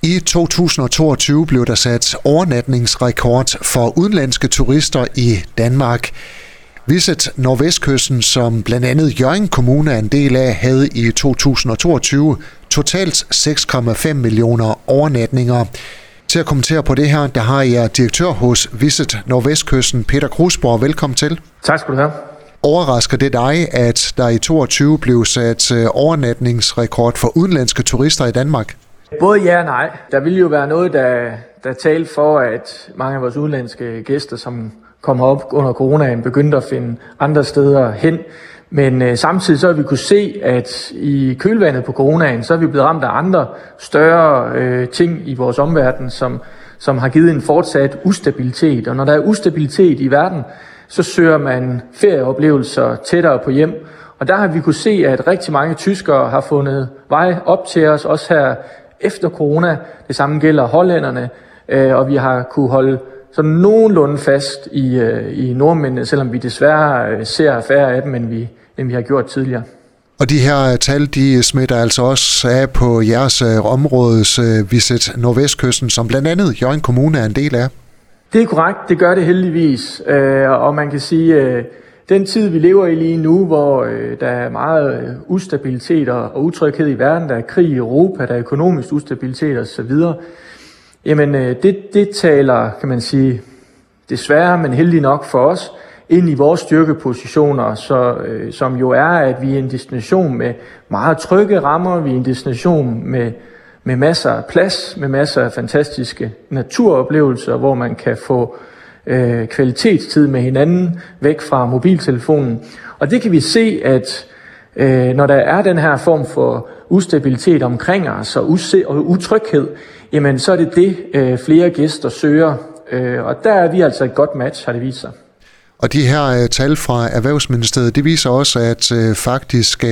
I 2022 blev der sat overnatningsrekord for udenlandske turister i Danmark. Visit Nordvestkysten, som blandt andet Hjørring Kommune er en del af, havde i 2022 totalt 6,5 millioner overnatninger. Til at kommentere på det her, der har jeg direktør hos Visit Nordvestkysten, Peter Krusborg. Velkommen til. Tak skal du have. Overrasker det dig, at der i 2022 blev sat overnatningsrekord for udenlandske turister i Danmark? Både ja og nej. Der ville jo være noget, der talte for, at mange af vores udenlandske gæster, som kom op under coronaen, begyndte at finde andre steder hen. Men samtidig så har vi kunne se, at i kølvandet på coronaen, så er vi blevet ramt af andre større ting i vores omverden, som har givet en fortsat ustabilitet. Og når der er ustabilitet i verden, så søger man ferieoplevelser tættere på hjem. Og der har vi kunne se, at rigtig mange tyskere har fundet vej op til os, også her efter corona. Det samme gælder hollænderne, og vi har kunne holde sådan nogenlunde fast i nordmændene, selvom vi desværre ser færre af dem, end vi har gjort tidligere. Og de her tal, de smitter altså også af på jeres områdes Visit Nordvestkysten, som blandt andet Hjørring Kommune er en del af. Det er korrekt, det gør det heldigvis, og man kan sige, den tid vi lever i lige nu, hvor der er meget ustabilitet og utryghed i verden, der er krig i Europa, der er økonomisk ustabilitet osv., jamen det taler, kan man sige, desværre, men heldig nok for os, ind i vores styrkepositioner, som jo er, at vi er en destination med meget trygge rammer, vi er en destination med masser af plads, med masser af fantastiske naturoplevelser, hvor man kan få kvalitetstid med hinanden væk fra mobiltelefonen. Og det kan vi se, at når der er den her form for ustabilitet omkring os og utryghed, jamen så er det flere gæster søger. Og der er vi altså et godt match, har det vist sig. Og de her tal fra Erhvervsministeriet, det viser også, at faktisk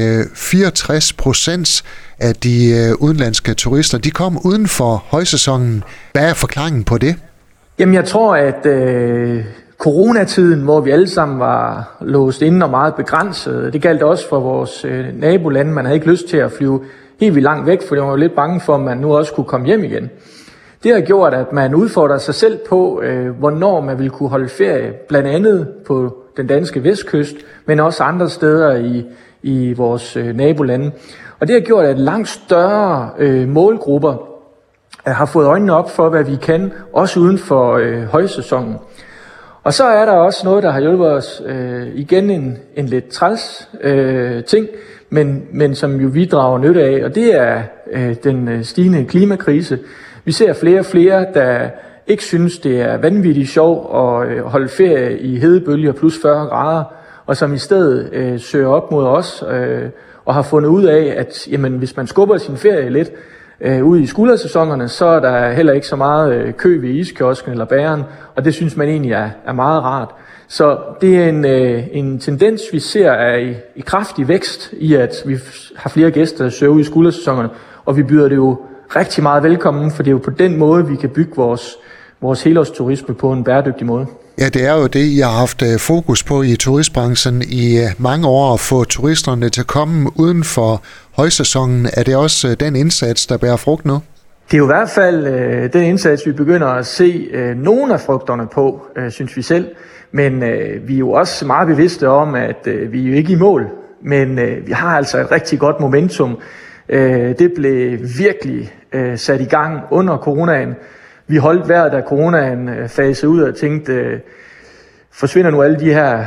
64% af de udenlandske turister, de kom uden for højsæsonen. Hvad er forklaringen på det? Jamen jeg tror, at coronatiden, hvor vi alle sammen var låst inde og meget begrænset, det galt også for vores nabolande. Man havde ikke lyst til at flyve helt vildt langt væk, for det var jo lidt bange for, at man nu også kunne komme hjem igen. Det har gjort, at man udfordrer sig selv på, hvornår man vil kunne holde ferie, blandt andet på den danske vestkyst, men også andre steder i vores nabolande. Og det har gjort, at langt større målgrupper har fået øjnene op for, hvad vi kan, også uden for højsæsonen. Og så er der også noget, der har hjulpet os igen en lidt træls ting, men som jo vi drager nytte af, og det er den stigende klimakrise. Vi ser flere og flere, der ikke synes, det er vanvittigt sjovt at holde ferie i hedebølger plus 40 grader, og som i stedet søger op mod os og har fundet ud af, at jamen, hvis man skubber sin ferie lidt ude i skuldersæsonerne, så er der heller ikke så meget kø ved iskiosken eller bageren, og det synes man egentlig er meget rart. Så det er en tendens, vi ser er i kraftig vækst i, at vi har flere gæster, der søger ud i skuldersæsonerne, og vi byder det jo rigtig meget velkommen, for det er jo på den måde, vi kan bygge vores helårsturisme på en bæredygtig måde. Ja, det er jo det, I har haft fokus på i turistbranchen i mange år, at få turisterne til at komme uden for højsæsonen. Er det også den indsats, der bærer frugt nu? Det er jo i hvert fald den indsats, vi begynder at se nogle af frugterne på, synes vi selv. Men vi er jo også meget bevidste om, at vi er jo ikke i mål. Men vi har altså et rigtig godt momentum. Det blev virkelig sat i gang under coronaen. Vi holdt vejret, da coronaen fasede ud og tænkte, forsvinder nu alle de her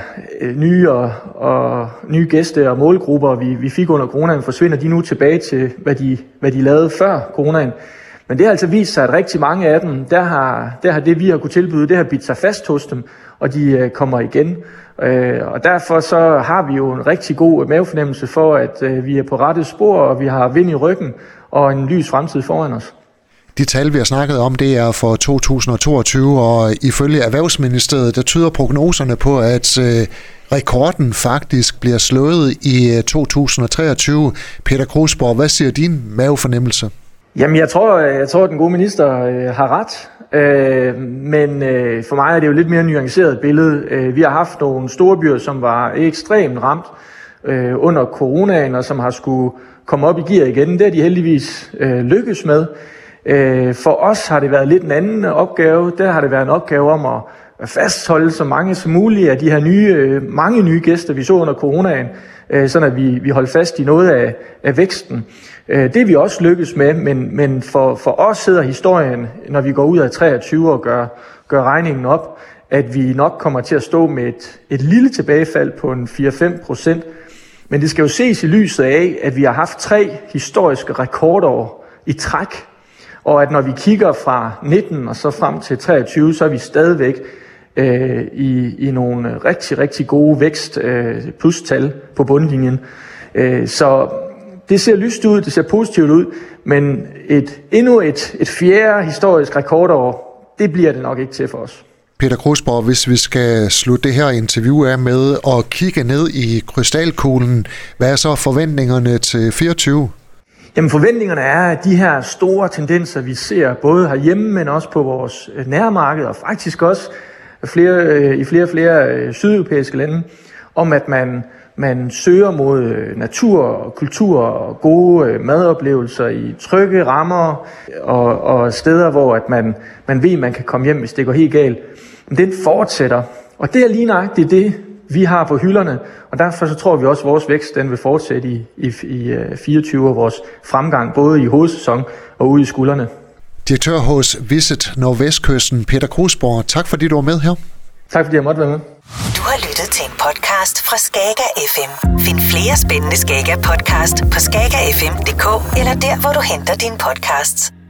nye gæster og målgrupper, vi fik under coronaen, forsvinder de nu tilbage til, hvad de lavede før coronaen. Men det har altså vist sig, at rigtig mange af dem, der har det, vi har kunne tilbyde, det har bidt sig fast hos dem, og de kommer igen. Og derfor så har vi jo en rigtig god mavefornemmelse for, at vi er på rette spor, og vi har vind i ryggen og en lys fremtid foran os. De tal, vi har snakket om, det er for 2022, og ifølge Erhvervsministeriet, der tyder prognoserne på, at rekorden faktisk bliver slået i 2023. Peter Krusborg, hvad siger din mavefornemmelse? Jamen, jeg tror, at den gode minister har ret. Men for mig er det jo lidt mere nuanceret billede. Vi har haft nogle store byer, som var ekstremt ramt under coronaen, og som har skulle komme op i gear igen. Det har de heldigvis lykkes med. For os har det været lidt en anden opgave. Der har det været en opgave om at fastholde så mange som muligt af de her mange nye gæster, vi så under coronaen, sådan at vi holdt fast i noget af væksten. Det er vi også lykkes med, men for os sidder historien, når vi går ud af 23 og gør regningen op, at vi nok kommer til at stå med et lille tilbagefald på en 4-5%. Men det skal jo ses i lyset af, at vi har haft 3 historiske rekordår i træk, og at når vi kigger fra 19 og så frem til 23, så er vi stadigvæk i nogle rigtig, rigtig gode vækst plustal på bundlinjen. Så det ser lyst ud, det ser positivt ud, men endnu et fjerde historisk rekordår, det bliver det nok ikke til for os. Peter Krusborg, hvis vi skal slutte det her interview af med at kigge ned i krystalkuglen, hvad er så forventningerne til 24? Jamen forventningerne er, at de her store tendenser, vi ser både herhjemme, men også på vores nærmarked, og faktisk også i flere og flere sydeuropæiske lande, om at man søger mod natur og kultur og gode madoplevelser i trygge rammer og steder, hvor at man ved, at man kan komme hjem, hvis det går helt galt. Men den fortsætter, og det er lige nøjagtigt det, vi har på hylderne, og derfor så tror vi også, at vores vækst den vil fortsætte i 24 og vores fremgang, både i hovedsæson og ude i skuldrene. Direktør hos Visit Nordvestkysten, Peter Krusborg, tak fordi du var med her. Tak fordi jeg måtte være med. Du har lyttet til en podcast fra Skager FM. Find flere spændende Skager podcast på skagerfm.dk eller der, hvor du henter dine podcasts.